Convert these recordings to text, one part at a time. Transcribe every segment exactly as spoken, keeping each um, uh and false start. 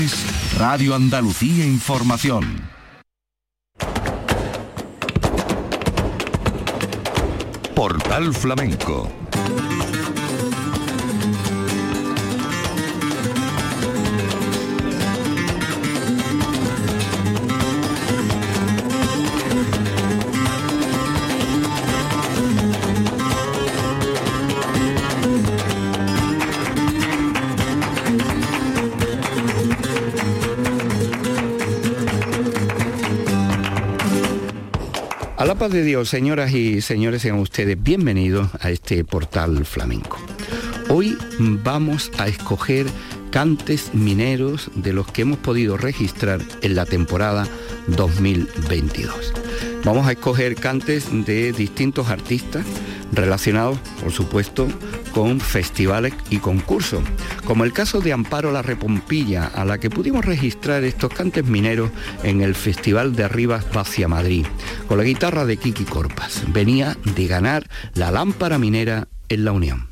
Radio Andalucía Información. Portal Flamenco. A la paz de Dios, señoras y señores, sean ustedes bienvenidos a este Portal Flamenco. Hoy vamos a escoger cantes mineros de los que hemos podido registrar en la temporada dos mil veintidós. Vamos a escoger cantes de distintos artistas relacionados, por supuesto, con festivales y concursos, como el caso de Amparo La Repompilla, a la que pudimos registrar estos cantes mineros en el Festival de Rivas Vacia Madrid, con la guitarra de Kiki Corpas. Venía de ganar la lámpara minera en La Unión.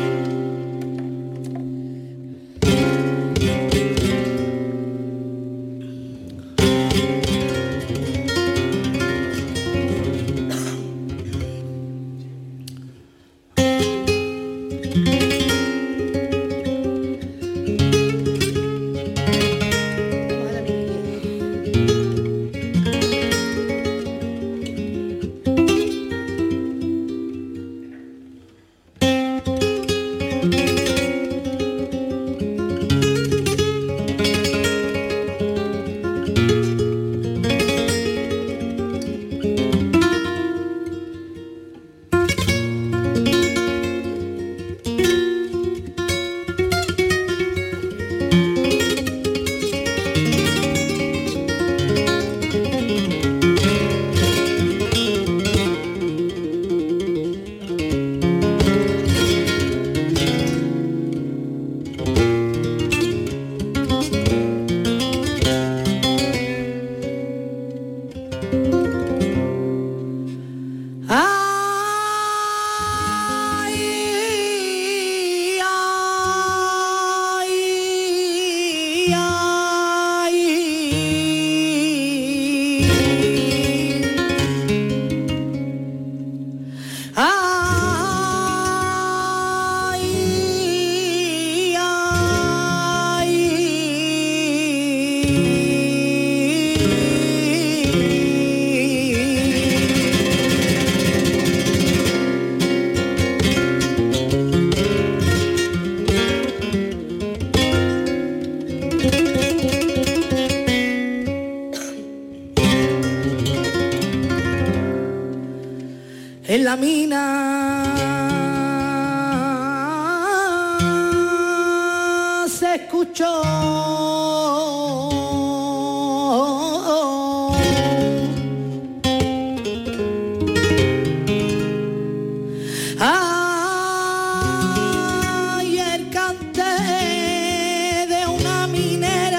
En la mina se escuchó ay, el cante de una minera.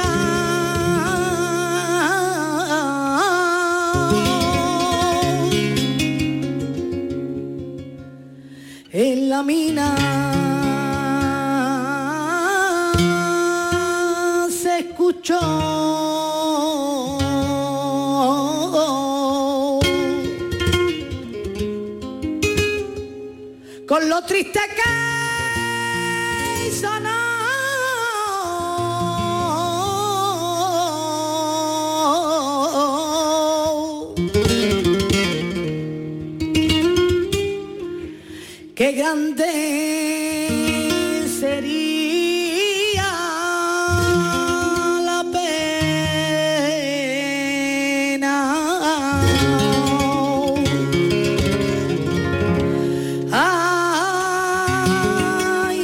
En la mina se escuchó con lo triste que sonó qué grande sería la pena. Ay,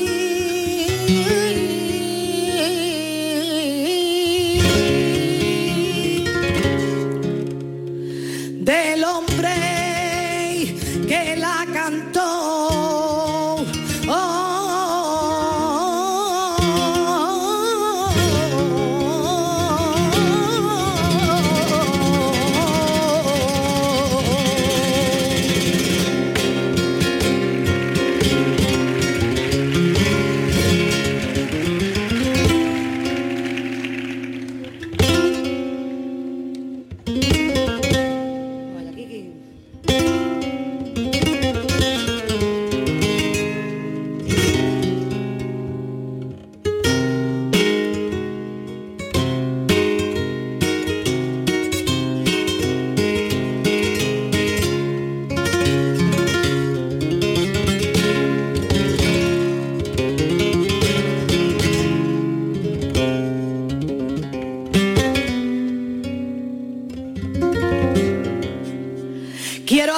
del hombre que la cantó.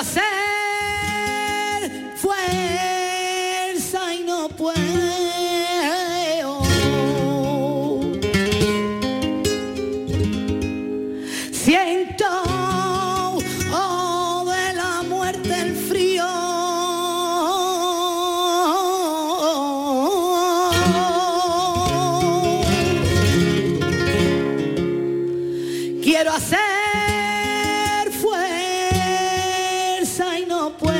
hacer fuerza y no puedo. Siento oh, de la muerte el frío. Quiero hacer fuerza y no puedo.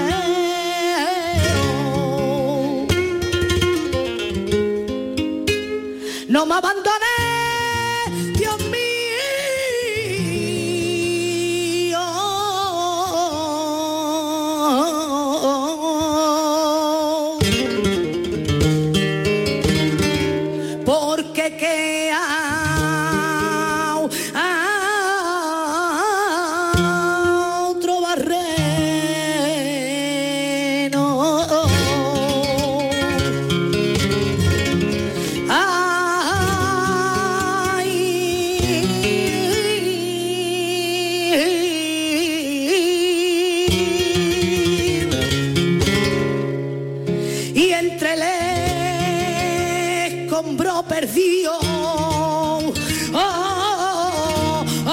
No me abandones, Dios mío. Porque que a otro barreno. Y entre el escombro perdido. Oh, oh, oh,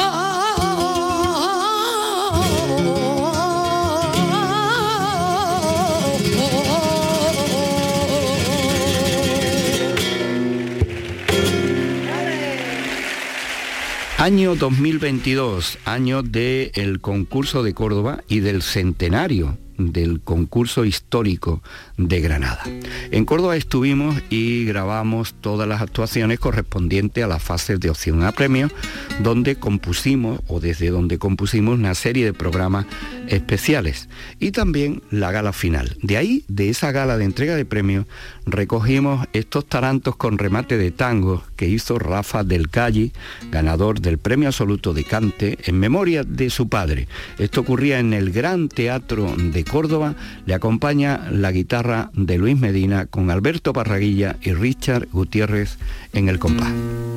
Año dos mil veintidós, año del concurso de Córdoba y del centenario del concurso histórico de Granada. En Córdoba estuvimos y grabamos todas las actuaciones correspondientes a las fases de opción a premios, donde compusimos, o desde donde compusimos, una serie de programas especiales y también la gala final. De ahí, de esa gala de entrega de premios, recogimos estos tarantos con remate de tango que hizo Rafa del Calle, ganador del Premio Absoluto de Cante, en memoria de su padre. Esto ocurría en el Gran Teatro de Córdoba. Le acompaña la guitarra de Luis Medina con Alberto Parraguilla y Richard Gutiérrez en el compás.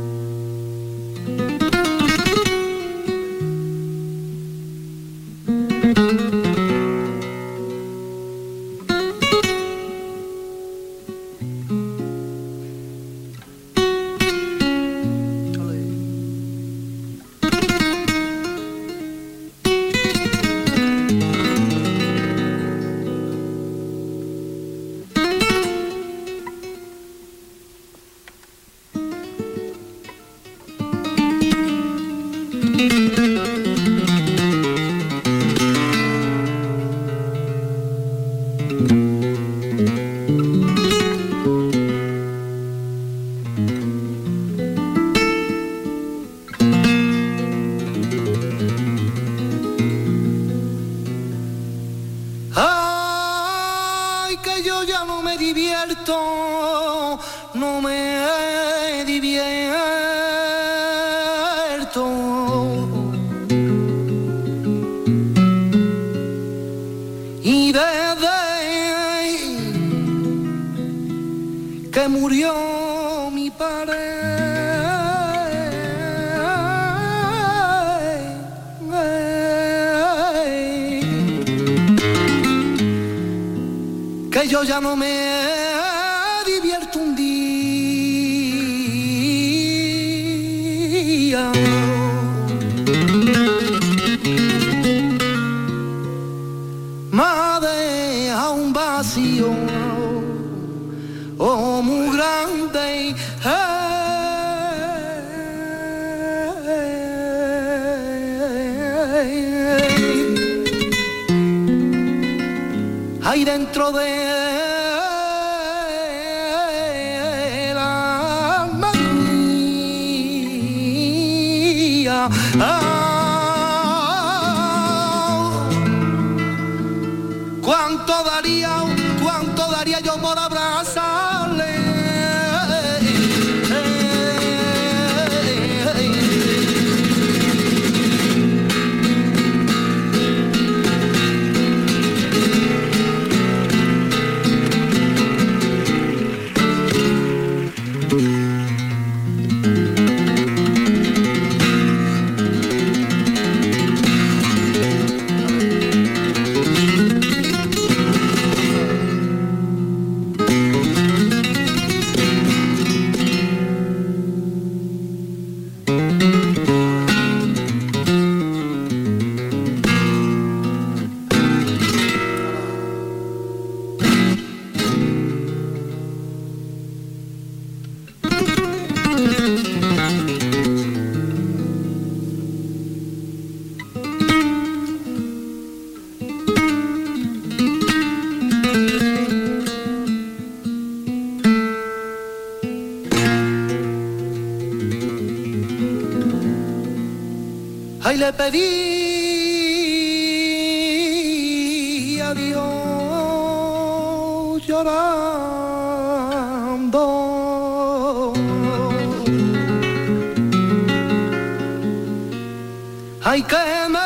Yo ya no me divierto un día. Me deja un vacío, oh, muy grande. Ahí dentro de Ah, cuánto daría, cuánto daría yo por abrazarle. Ay, le pedí a Dios llorando. Ay, que me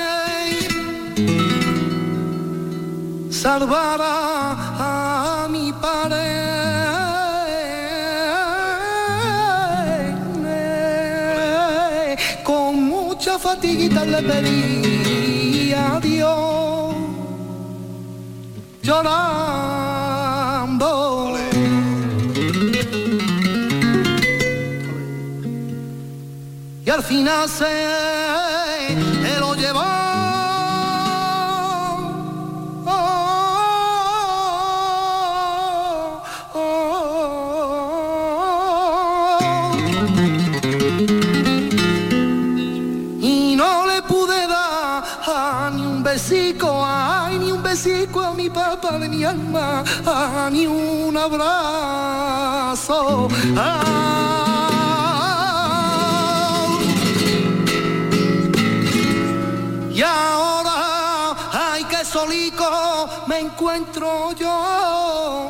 salvara a mi padre. Con mucha fatiguita le pedí a Dios llorando. Y al final se lo llevó. Ay, ni un besico a mi papá de mi alma, ah, ni un abrazo. Ah. Y ahora, ay, que solico me encuentro yo.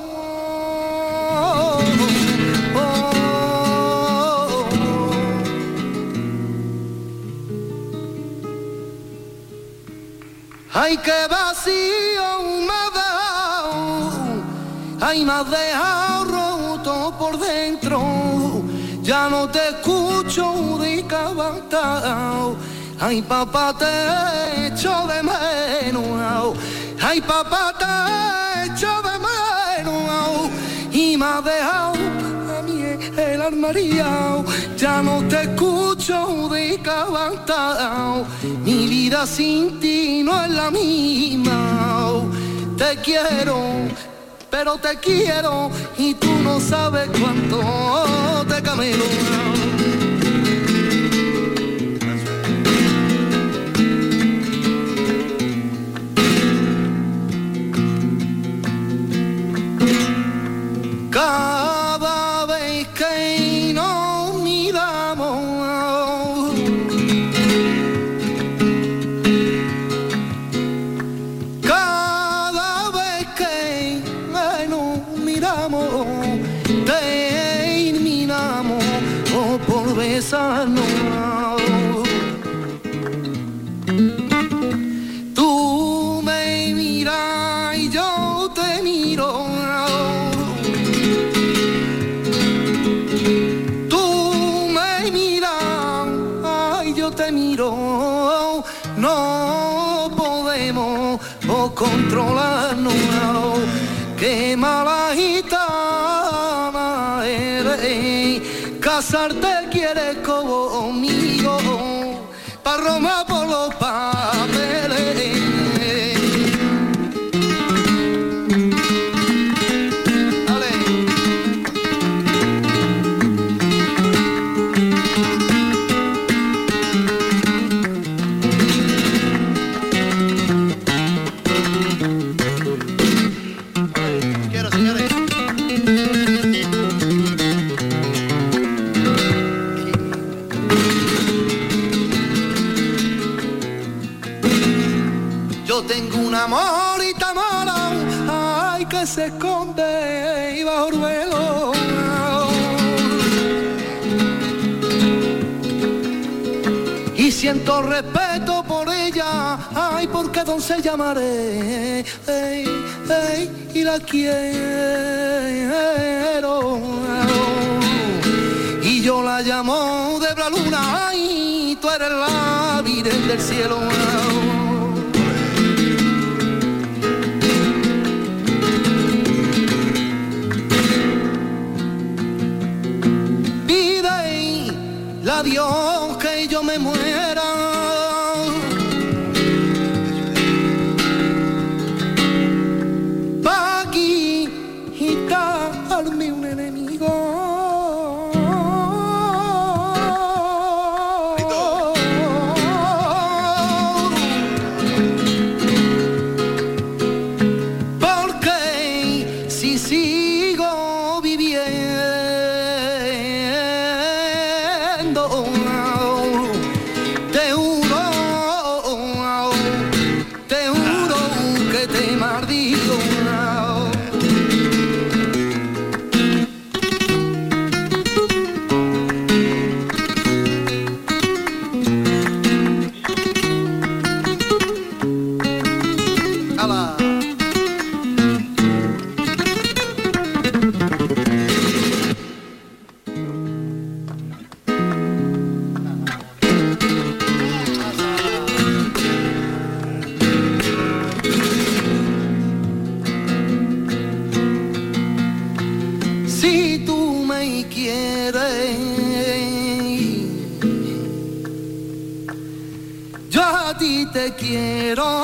Ay, qué vacío me ha dado, ay, me has dejado roto por dentro, ya no te escucho de cabantao, ay, papá, te echo de menos, ay, papá, te echo de menos, y me has dejado a mí el armario, ya no te escucho de cabantao, mi vida sin ti no es la misma. Te quiero, pero te quiero y tú no sabes cuánto te camino. Cada vez que nos miramos, cada vez que nos miramos, terminamos por besarnos. Tú me miras y yo te miro. Te miro, no podemos controlarnos, qué mala gitana eres, casarte quieres conmigo, pa' Roma por los papeles. Tengo un amor y tamara, ay, que se esconde y bajo el velo. Y siento respeto por ella, ay, porque entonces llamaré, ey, ey, y la quiero. Y yo la llamo de la luna, ay, tú eres la virgen del cielo. A Dios que yo me muera, pa' aquí quitarme un enemigo. Porque si sigo viviendo de un a ti te quiero,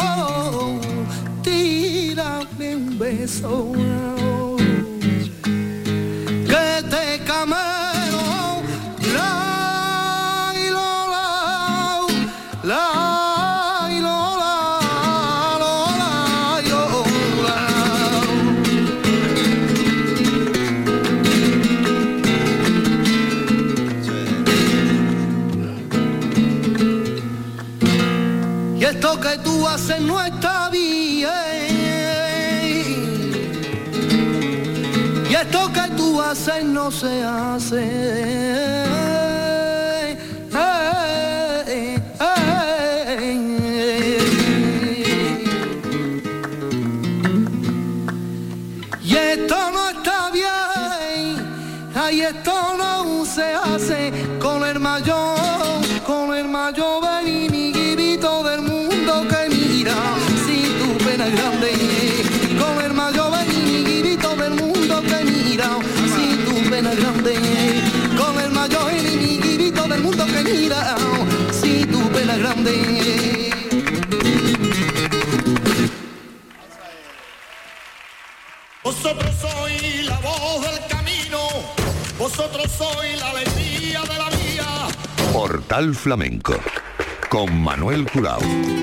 tírame un beso, que te camero, la y lola, la y lola, lola y lola. Y esto que tú haces no está bien, y esto que tú haces no se hace. Eh, eh, eh. Y esto no está bien, ay, esto no se hace con el mayor, con el mayor beniguito del mundo que mira, si tu pena es grande, con el mayor beniguito del mundo que mira, si tu pena es grande, con el mayor beniguito del mundo que mira, si tu pena es grande. Vosotros sois la voz del camino, vosotros sois la alegría de la vida. Portal Flamenco con Manuel Curao.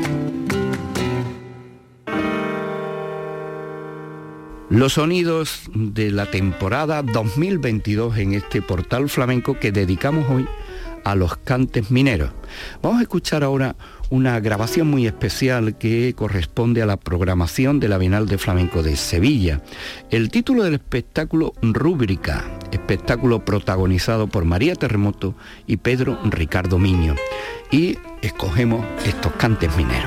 Los sonidos de la temporada dos mil veintidós en este Portal Flamenco que dedicamos hoy a los cantes mineros. Vamos a escuchar ahora una grabación muy especial que corresponde a la programación de la Bienal de Flamenco de Sevilla. El título del espectáculo, Rúbrica, espectáculo protagonizado por María Terremoto y Pedro Ricardo Miño. Y escogemos estos cantes mineros.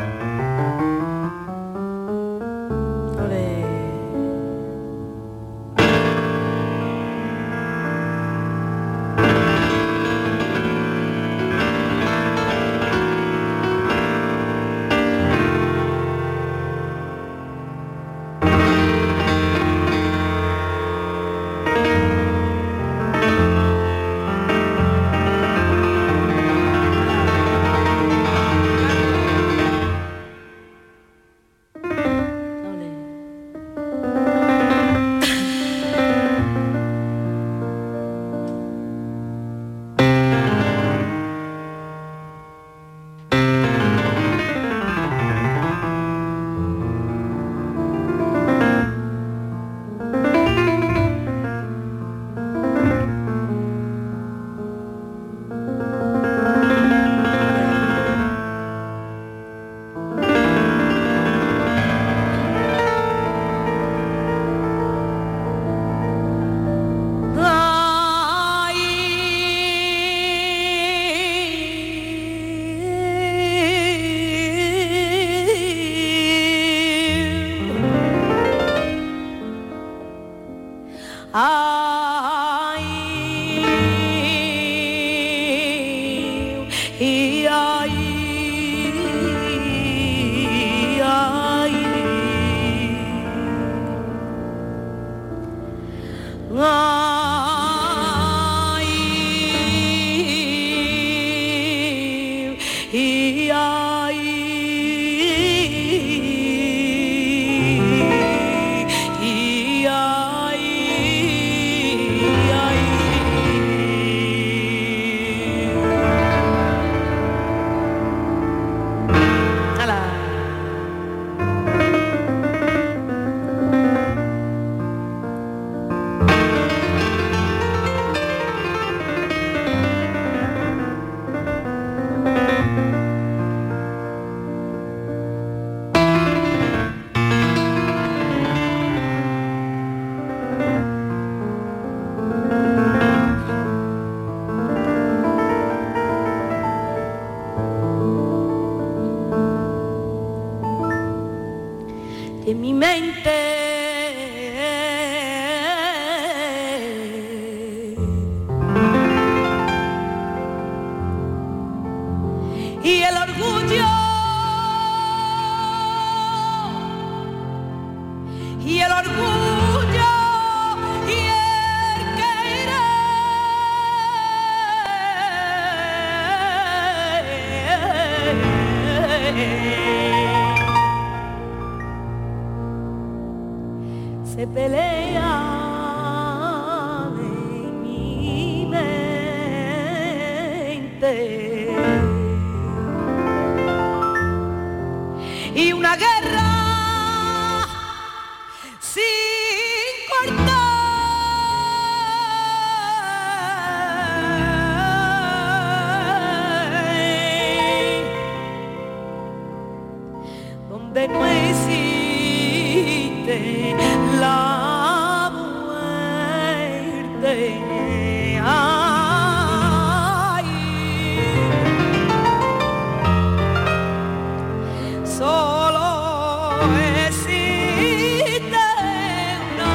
En mi mente y el orgullo y el orgullo y el querer se pelea en mi mente y una guerra sin cortar donde no existe la muerte. Ay, solo existe una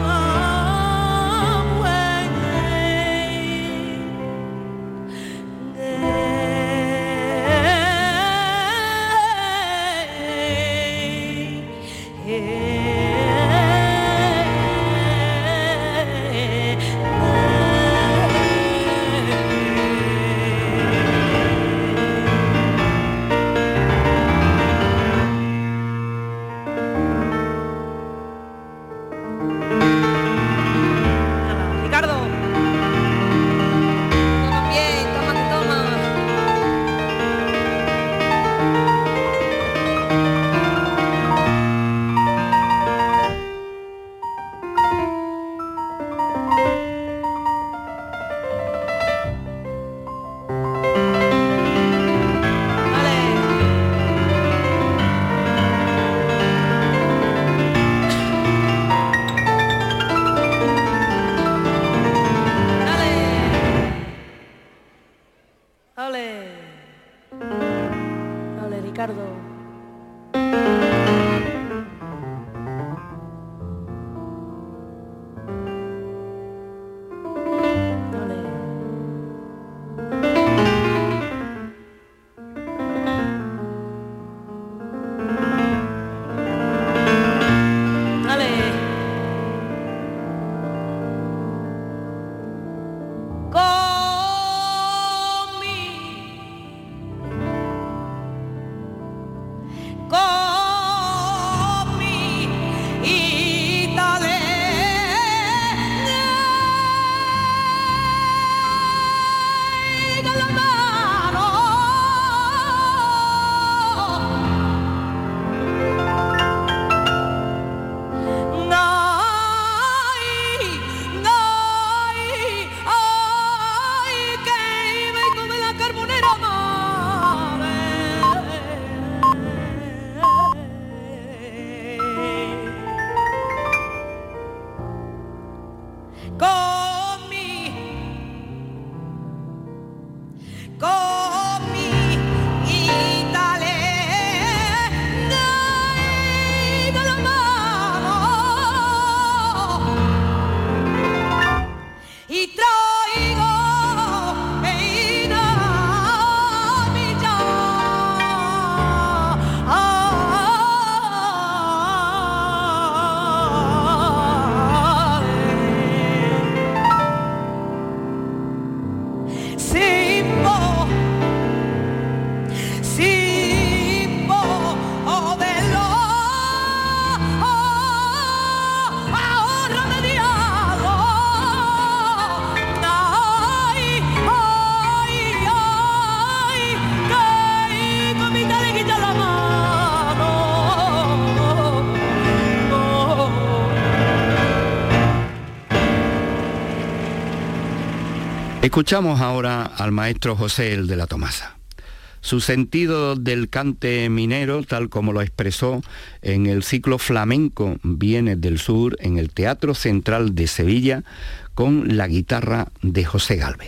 Escuchamos ahora al maestro José el de la Tomasa. Su sentido del cante minero, tal como lo expresó en el ciclo flamenco Vienes del Sur, en el Teatro Central de Sevilla, con la guitarra de José Gálvez.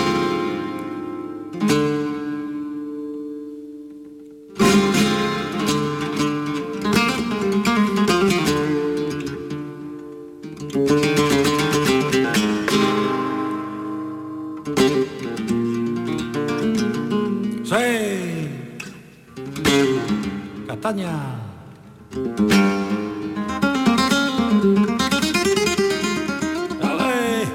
Castaña. Dale.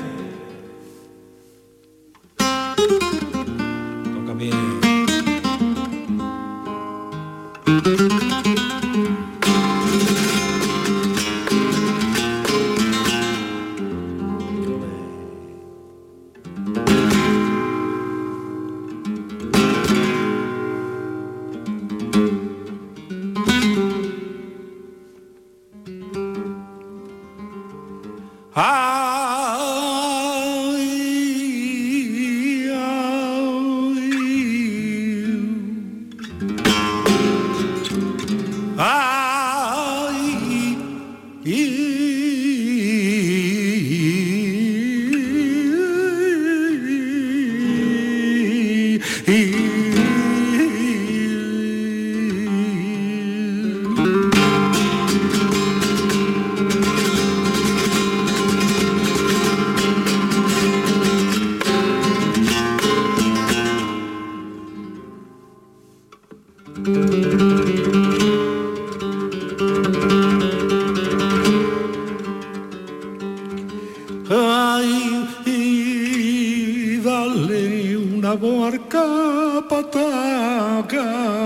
Toca bien. Ay, y dale una barca pataca.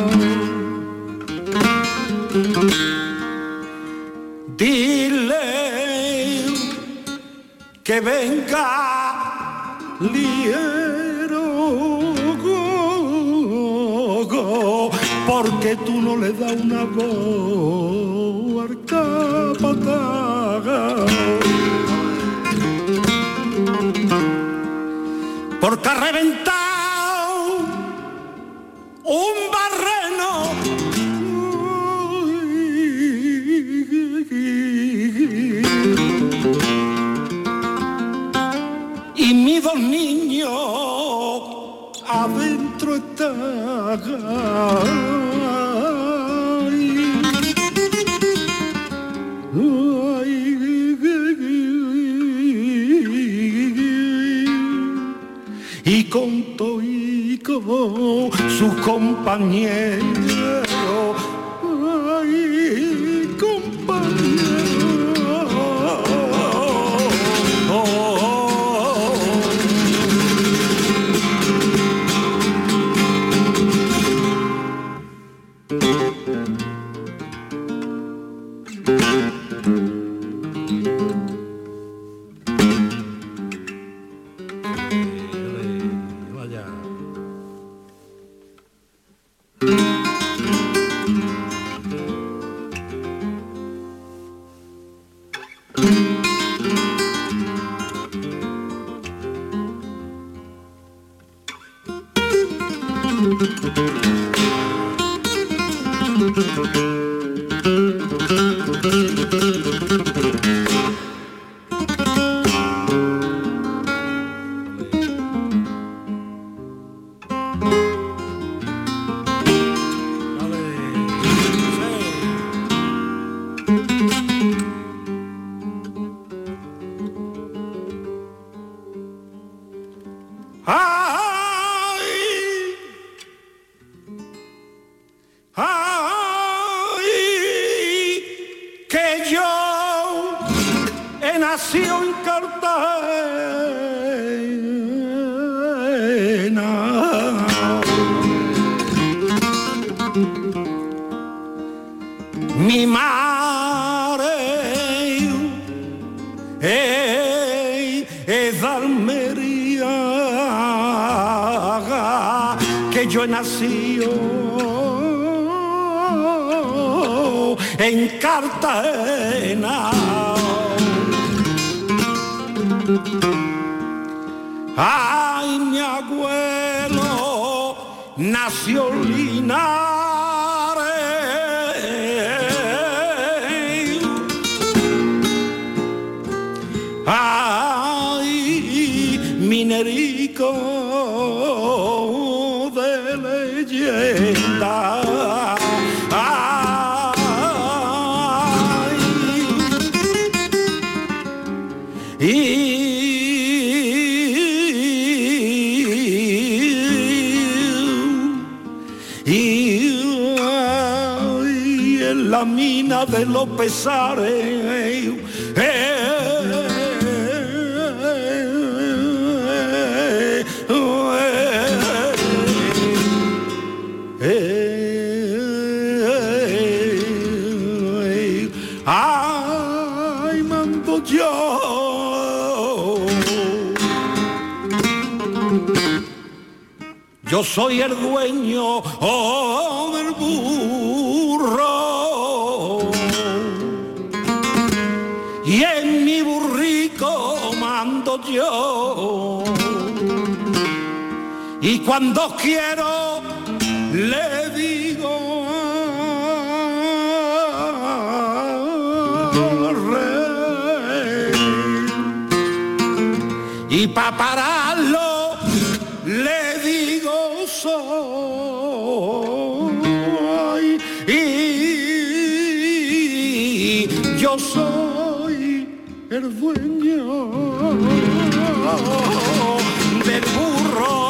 Dile que venga liero, go, go, porque tú no le das una barca pataca. Porque ha reventado un barreno y mis dos niños adentro están. Y con todo y con sus compañeros, ay, compañeros, oh, oh, nació en Cartagena. Mi madre es, es de Almería, que yo he nacido en Cartagena. Ay, mi abuelo nació en Linares. Ay, minerico de leyenda. Ay, y la mina de los pesares, eh, eh, eh, yo soy el dueño oh, del burro. Y en mi burrico mando yo. Y cuando quiero le digo al rey. Y pa' pararlo le digo soy. Y yo soy el dueño del burro.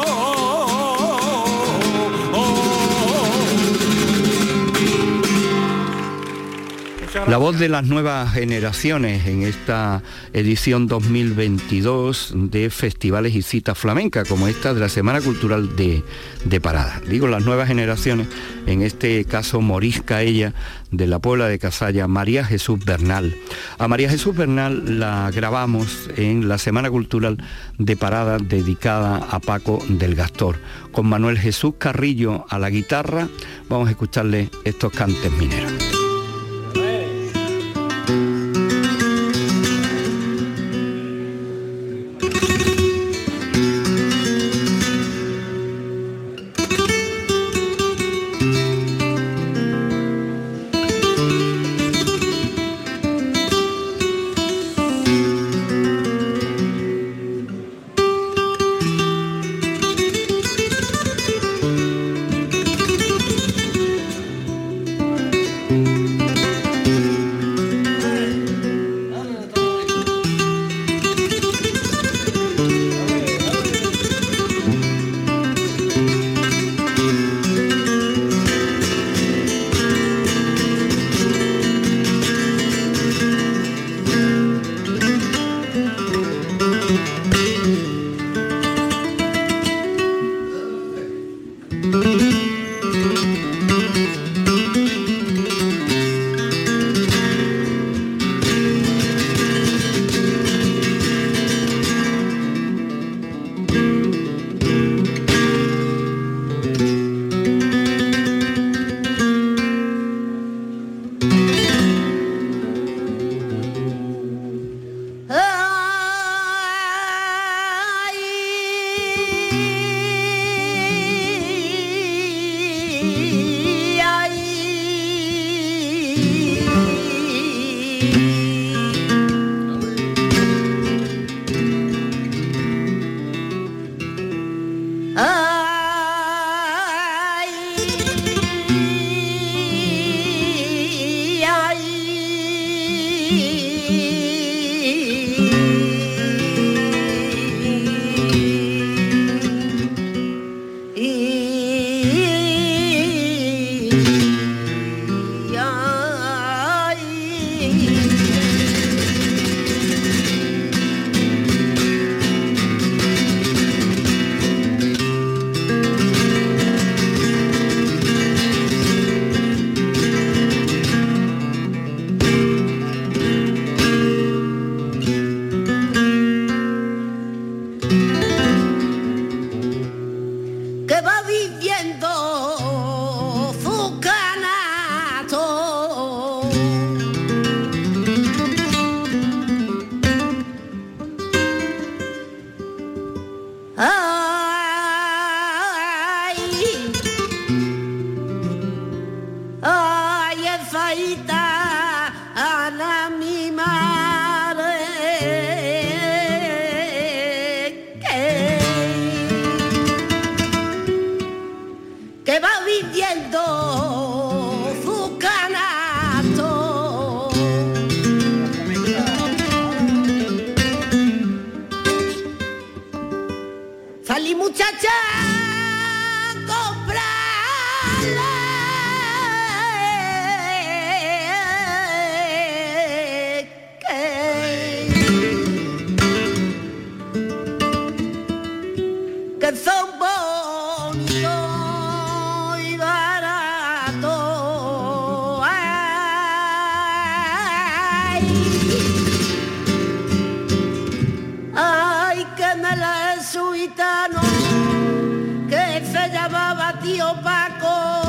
La voz de las nuevas generaciones en esta edición dos mil veintidós de festivales y citas flamencas, como esta de la Semana Cultural de, de Parada. Digo las nuevas generaciones, en este caso morisca ella, de la Puebla de Casalla, María Jesús Bernal. A María Jesús Bernal la grabamos en la Semana Cultural de Parada, dedicada a Paco del Gastor. Con Manuel Jesús Carrillo a la guitarra, vamos a escucharle estos cantes mineros. Ay, que me la he suitano. tío Paco.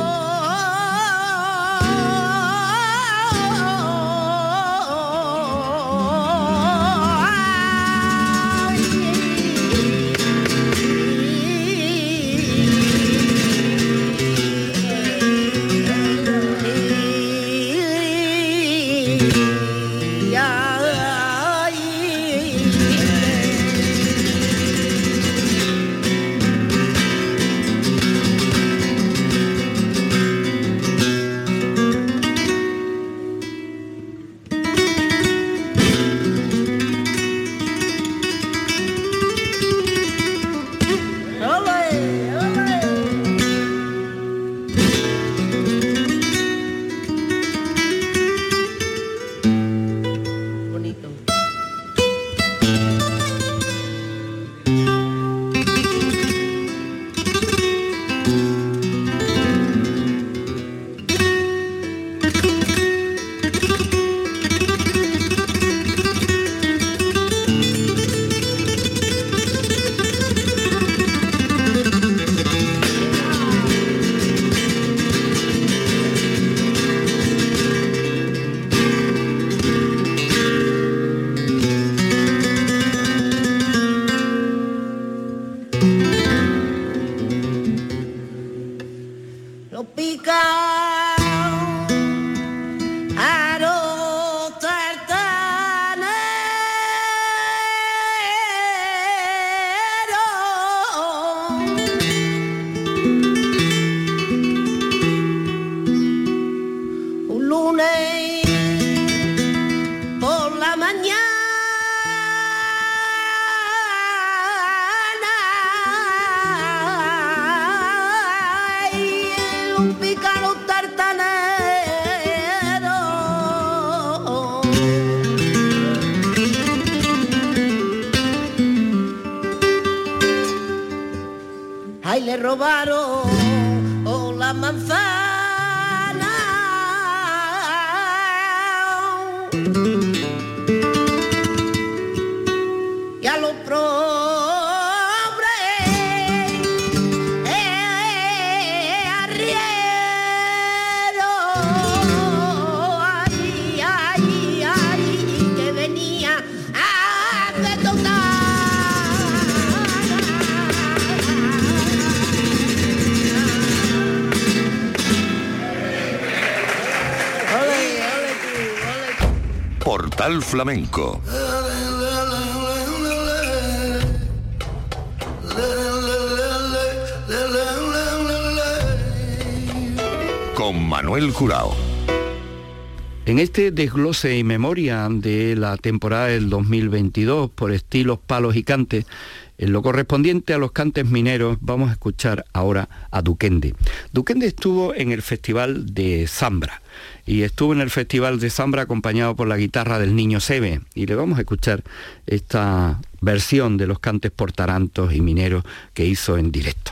Ay, le robaron oh, la manzana y a los pobres eh, arrieros. Ay, ay, ay, que venía a detonar. Portal Flamenco. Con Manuel Curao. En este desglose y memoria de la temporada del dos mil veintidós por estilos, palos y cantes, en lo correspondiente a los cantes mineros, vamos a escuchar ahora a Duquende. Duquende estuvo en el Festival de Zambra y estuvo en el Festival de Zambra acompañado por la guitarra del Niño Sebe, y le vamos a escuchar esta versión de los cantes por tarantos y mineros que hizo en directo.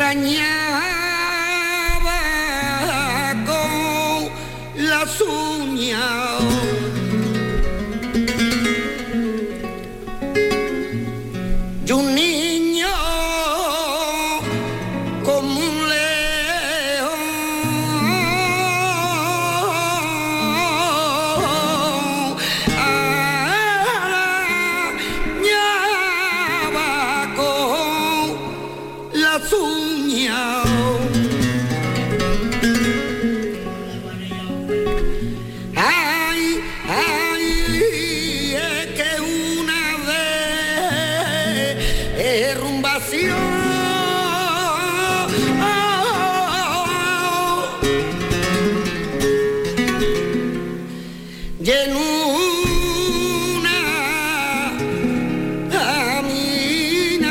arañaba con las uñas. Y un niño como un león arañaba con las uñas. Ay, ay, es que una derrumbación y en una mina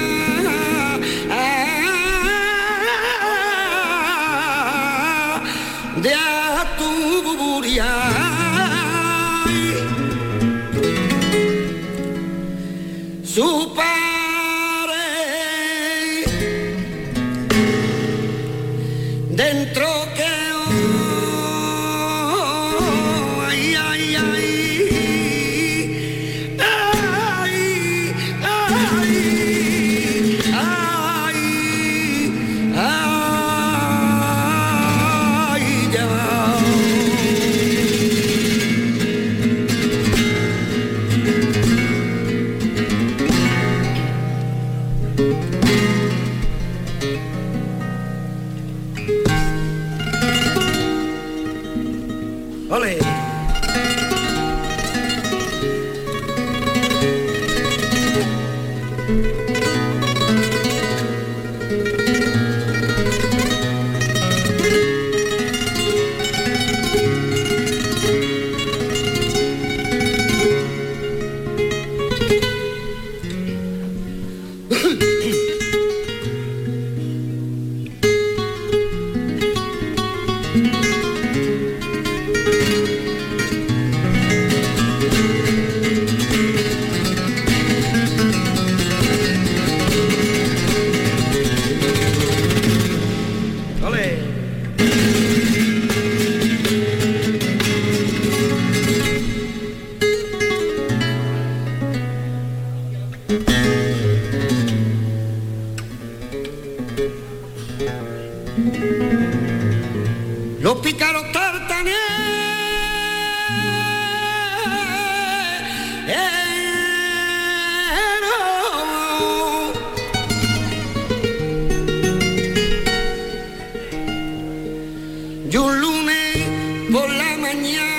de Asturias. Su padre dentro que oh, ay, ay, ay, ay, ay, ay, ay, ya va. Ole. Los pícaros tartaneros y un lunes por la mañana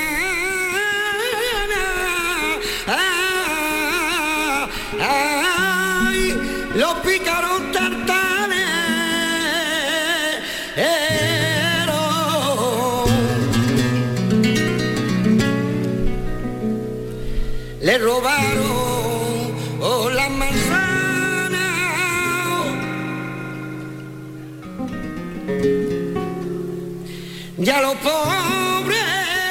ah, ay, los pícaros tartaneros le robaron oh, las manzanas y a los pobres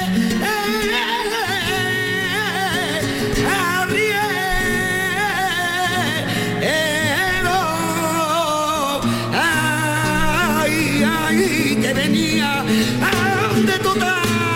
arrieros, ay, ay, que venía de total.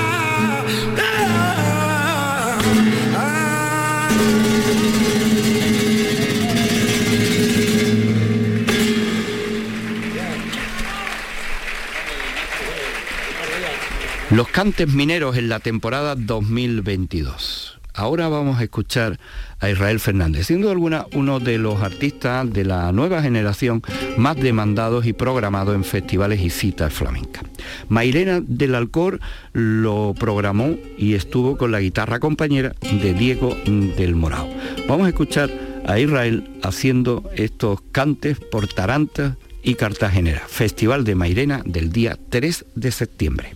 Los cantes mineros en la temporada dos mil veintidós. Ahora vamos a escuchar a Israel Fernández, siendo alguna uno de los artistas de la nueva generación más demandados y programados en festivales y citas flamencas. Mairena del Alcor lo programó y estuvo con la guitarra compañera de Diego del Morao. Vamos a escuchar a Israel haciendo estos cantes por tarantas y cartagenera. Festival de Mairena del día tres de septiembre.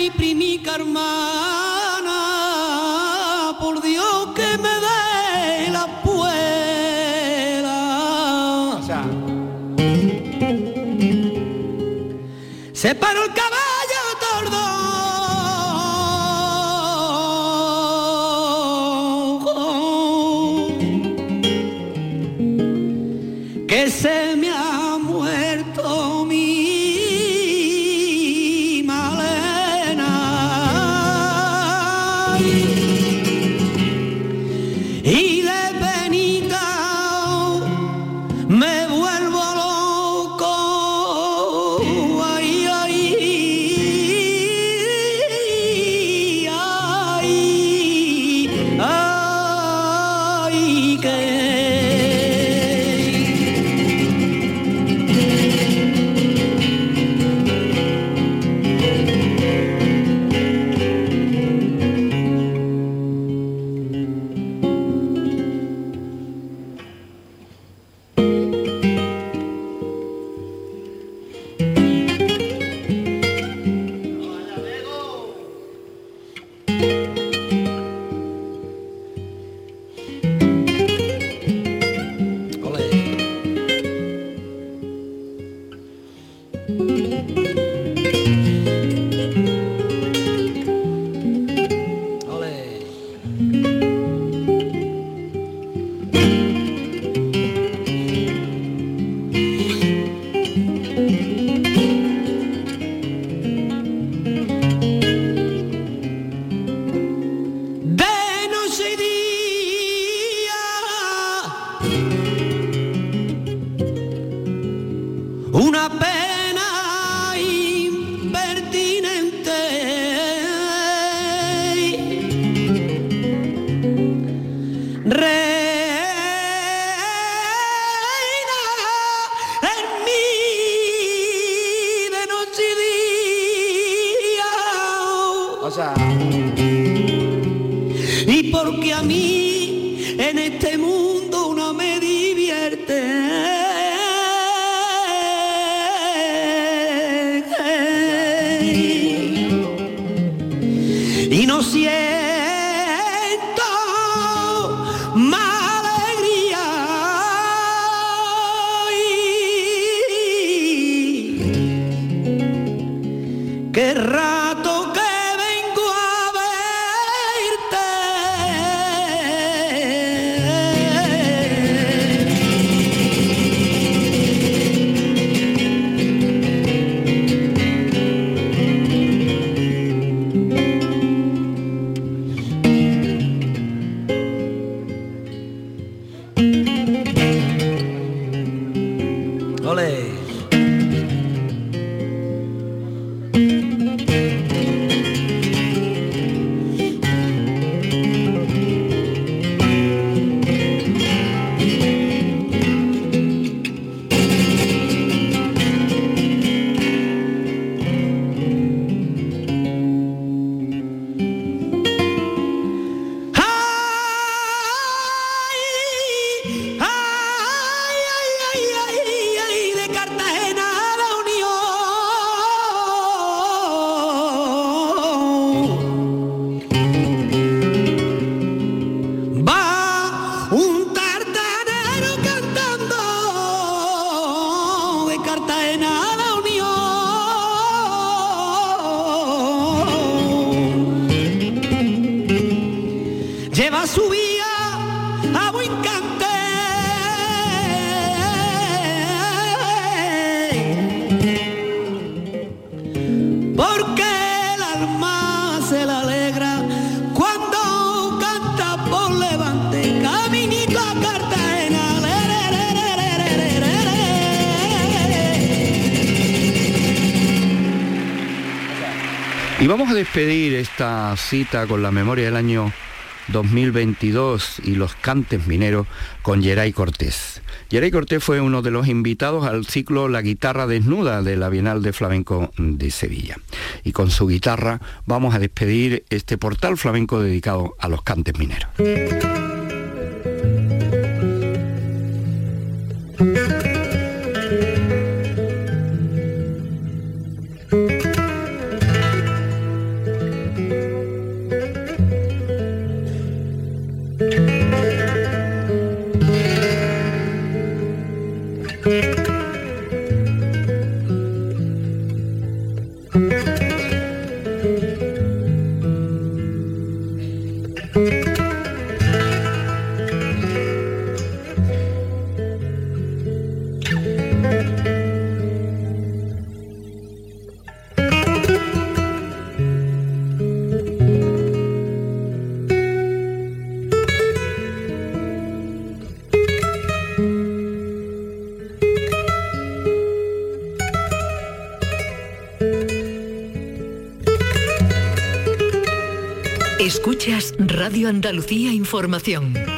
mi primica hermana, por Dios que me dé la pueda. O sea, se paró el caballo tordo, que se me ha muerto mi Malena, y de penita me vuelvo loco. Ay, ay, ay, ay, que una pena impertinente, reina en mí de noche y día. o sea, Y porque a mí en este mundo uno me divierte. Y no siento más alegría. Y qué rato que vengo a verte. Ole. Ay, ay, ay, ay, ay, de Cartagena a la Unión va un tartanero cantando de Cartagena a la Unión. Lleva su vía a buen cante, porque el alma se la alegra cuando canta por levante, caminito a Cartagena. Le, le, le, le, le, le, le, le. y vamos a despedir esta cita con la memoria del año dos mil veintidós y los cantes mineros con Geray Cortés. Geray Cortés fue uno de los invitados al ciclo La Guitarra Desnuda de la Bienal de Flamenco de Sevilla. Y con su guitarra vamos a despedir este portal flamenco dedicado a los cantes mineros. Escuchas Radio Andalucía Información.